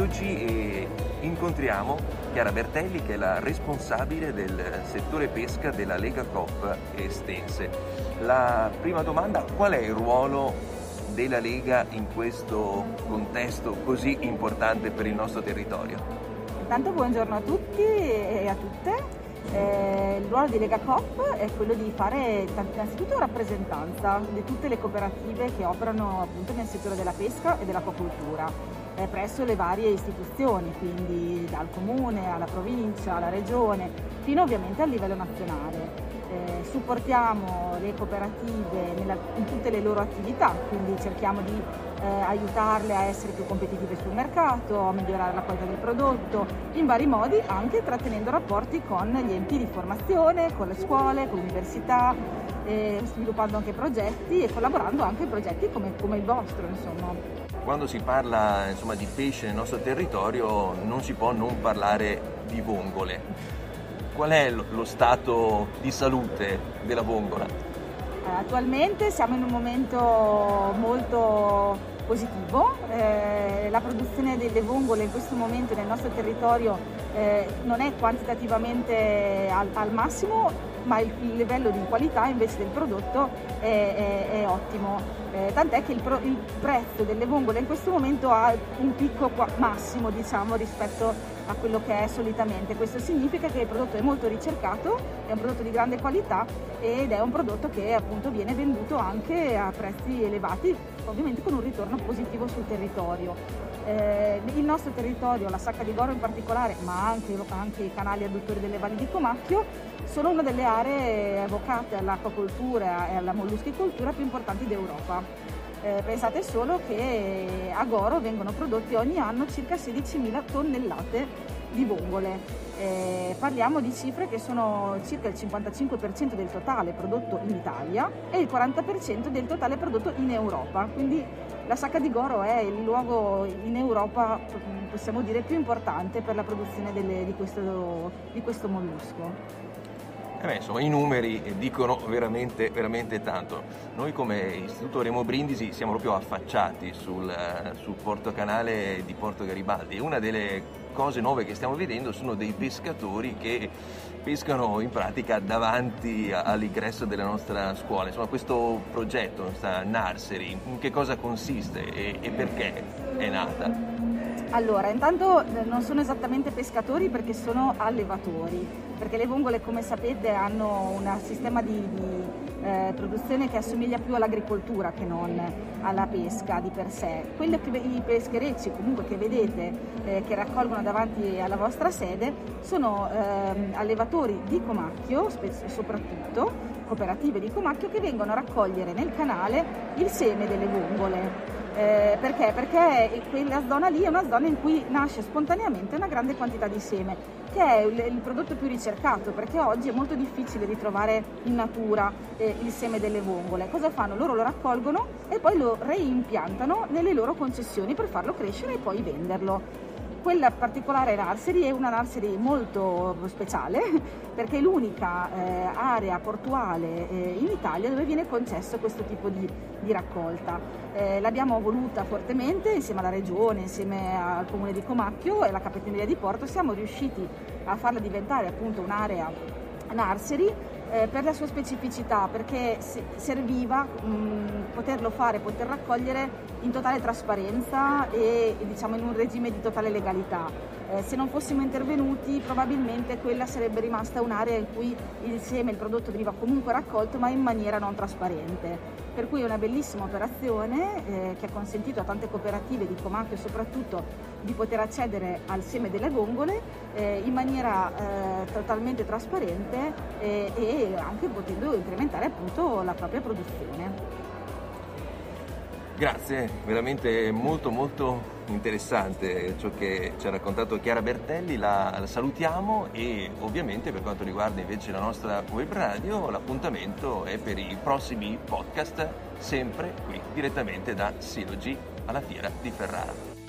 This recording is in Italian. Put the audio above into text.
oggi incontriamo Chiara Bertelli, che è la responsabile del settore pesca della Lega Coop Estense. La prima domanda: qual è il ruolo della Lega in questo contesto così importante per il nostro territorio? Intanto buongiorno a tutti e a tutte. Il ruolo di Lega Coop è quello di fare innanzitutto rappresentanza di tutte le cooperative che operano appunto nel settore della pesca e dell'acquacoltura presso le varie istituzioni, quindi dal comune alla provincia, alla regione, fino ovviamente al livello nazionale. Supportiamo le cooperative in tutte le loro attività, quindi cerchiamo di aiutarle a essere più competitive sul mercato, a migliorare la qualità del prodotto, in vari modi, anche trattenendo rapporti con gli enti di formazione, con le scuole, con l'università, sviluppando anche progetti e collaborando anche in progetti come il vostro, insomma. Quando si parla di pesce nel nostro territorio non si può non parlare di vongole. Qual è lo stato di salute della vongola? Attualmente siamo in un momento molto positivo, la produzione delle vongole in questo momento nel nostro territorio non è quantitativamente al massimo, ma il livello di qualità invece del prodotto è ottimo, tant'è che il prezzo delle vongole in questo momento ha un picco massimo, diciamo, rispetto a quello che è solitamente. Questo significa che il prodotto è molto ricercato, è un prodotto di grande qualità ed è un prodotto che appunto viene venduto anche a prezzi elevati, ovviamente con un ritorno positivo sul territorio. Il nostro territorio, la Sacca di Goro in particolare, ma anche i canali adduttori delle valli di Comacchio, sono una delle aree vocate all'acquacoltura e alla molluschicoltura più importanti d'Europa. Pensate solo che a Goro vengono prodotti ogni anno circa 16.000 tonnellate di vongole. Parliamo di cifre che sono circa il 55% del totale prodotto in Italia e il 40% del totale prodotto in Europa. Quindi la Sacca di Goro è il luogo in Europa, possiamo dire, più importante per la produzione di questo mollusco. I numeri dicono veramente, veramente tanto. Noi come Istituto Remo Brindisi siamo proprio affacciati sul porto canale di Porto Garibaldi e una delle cose nuove che stiamo vedendo sono dei pescatori che pescano in pratica davanti all'ingresso della nostra scuola. Insomma, questo progetto, questa nursery, in che cosa consiste e perché è nata? Allora, intanto non sono esattamente pescatori perché sono allevatori, perché le vongole, come sapete, hanno un sistema di produzione che assomiglia più all'agricoltura che non alla pesca di per sé. I pescherecci comunque che vedete che raccolgono davanti alla vostra sede sono allevatori di Comacchio, soprattutto cooperative di Comacchio, che vengono a raccogliere nel canale il seme delle vongole. Perché? Perché quella zona lì è una zona in cui nasce spontaneamente una grande quantità di seme, che è il prodotto più ricercato, perché oggi è molto difficile ritrovare in natura il seme delle vongole. Cosa fanno? Loro lo raccolgono e poi lo reimpiantano nelle loro concessioni per farlo crescere e poi venderlo. Quella particolare nursery è una nursery molto speciale perché è l'unica area portuale in Italia dove viene concesso questo tipo di raccolta. L'abbiamo voluta fortemente insieme alla regione, insieme al comune di Comacchio e alla capitaneria di Porto. Siamo riusciti a farla diventare appunto un'area nursery per la sua specificità, perché serviva poter raccogliere in totale trasparenza e diciamo in un regime di totale legalità. Se non fossimo intervenuti probabilmente quella sarebbe rimasta un'area in cui il prodotto veniva comunque raccolto ma in maniera non trasparente. Per cui è una bellissima operazione che ha consentito a tante cooperative di Comacchio soprattutto di poter accedere al seme delle vongole in maniera totalmente trasparente e anche potendo incrementare appunto la propria produzione. Grazie, veramente molto molto interessante ciò che ci ha raccontato Chiara Bertelli, la salutiamo e ovviamente per quanto riguarda invece la nostra web radio l'appuntamento è per i prossimi podcast sempre qui direttamente da Silogi alla Fiera di Ferrara.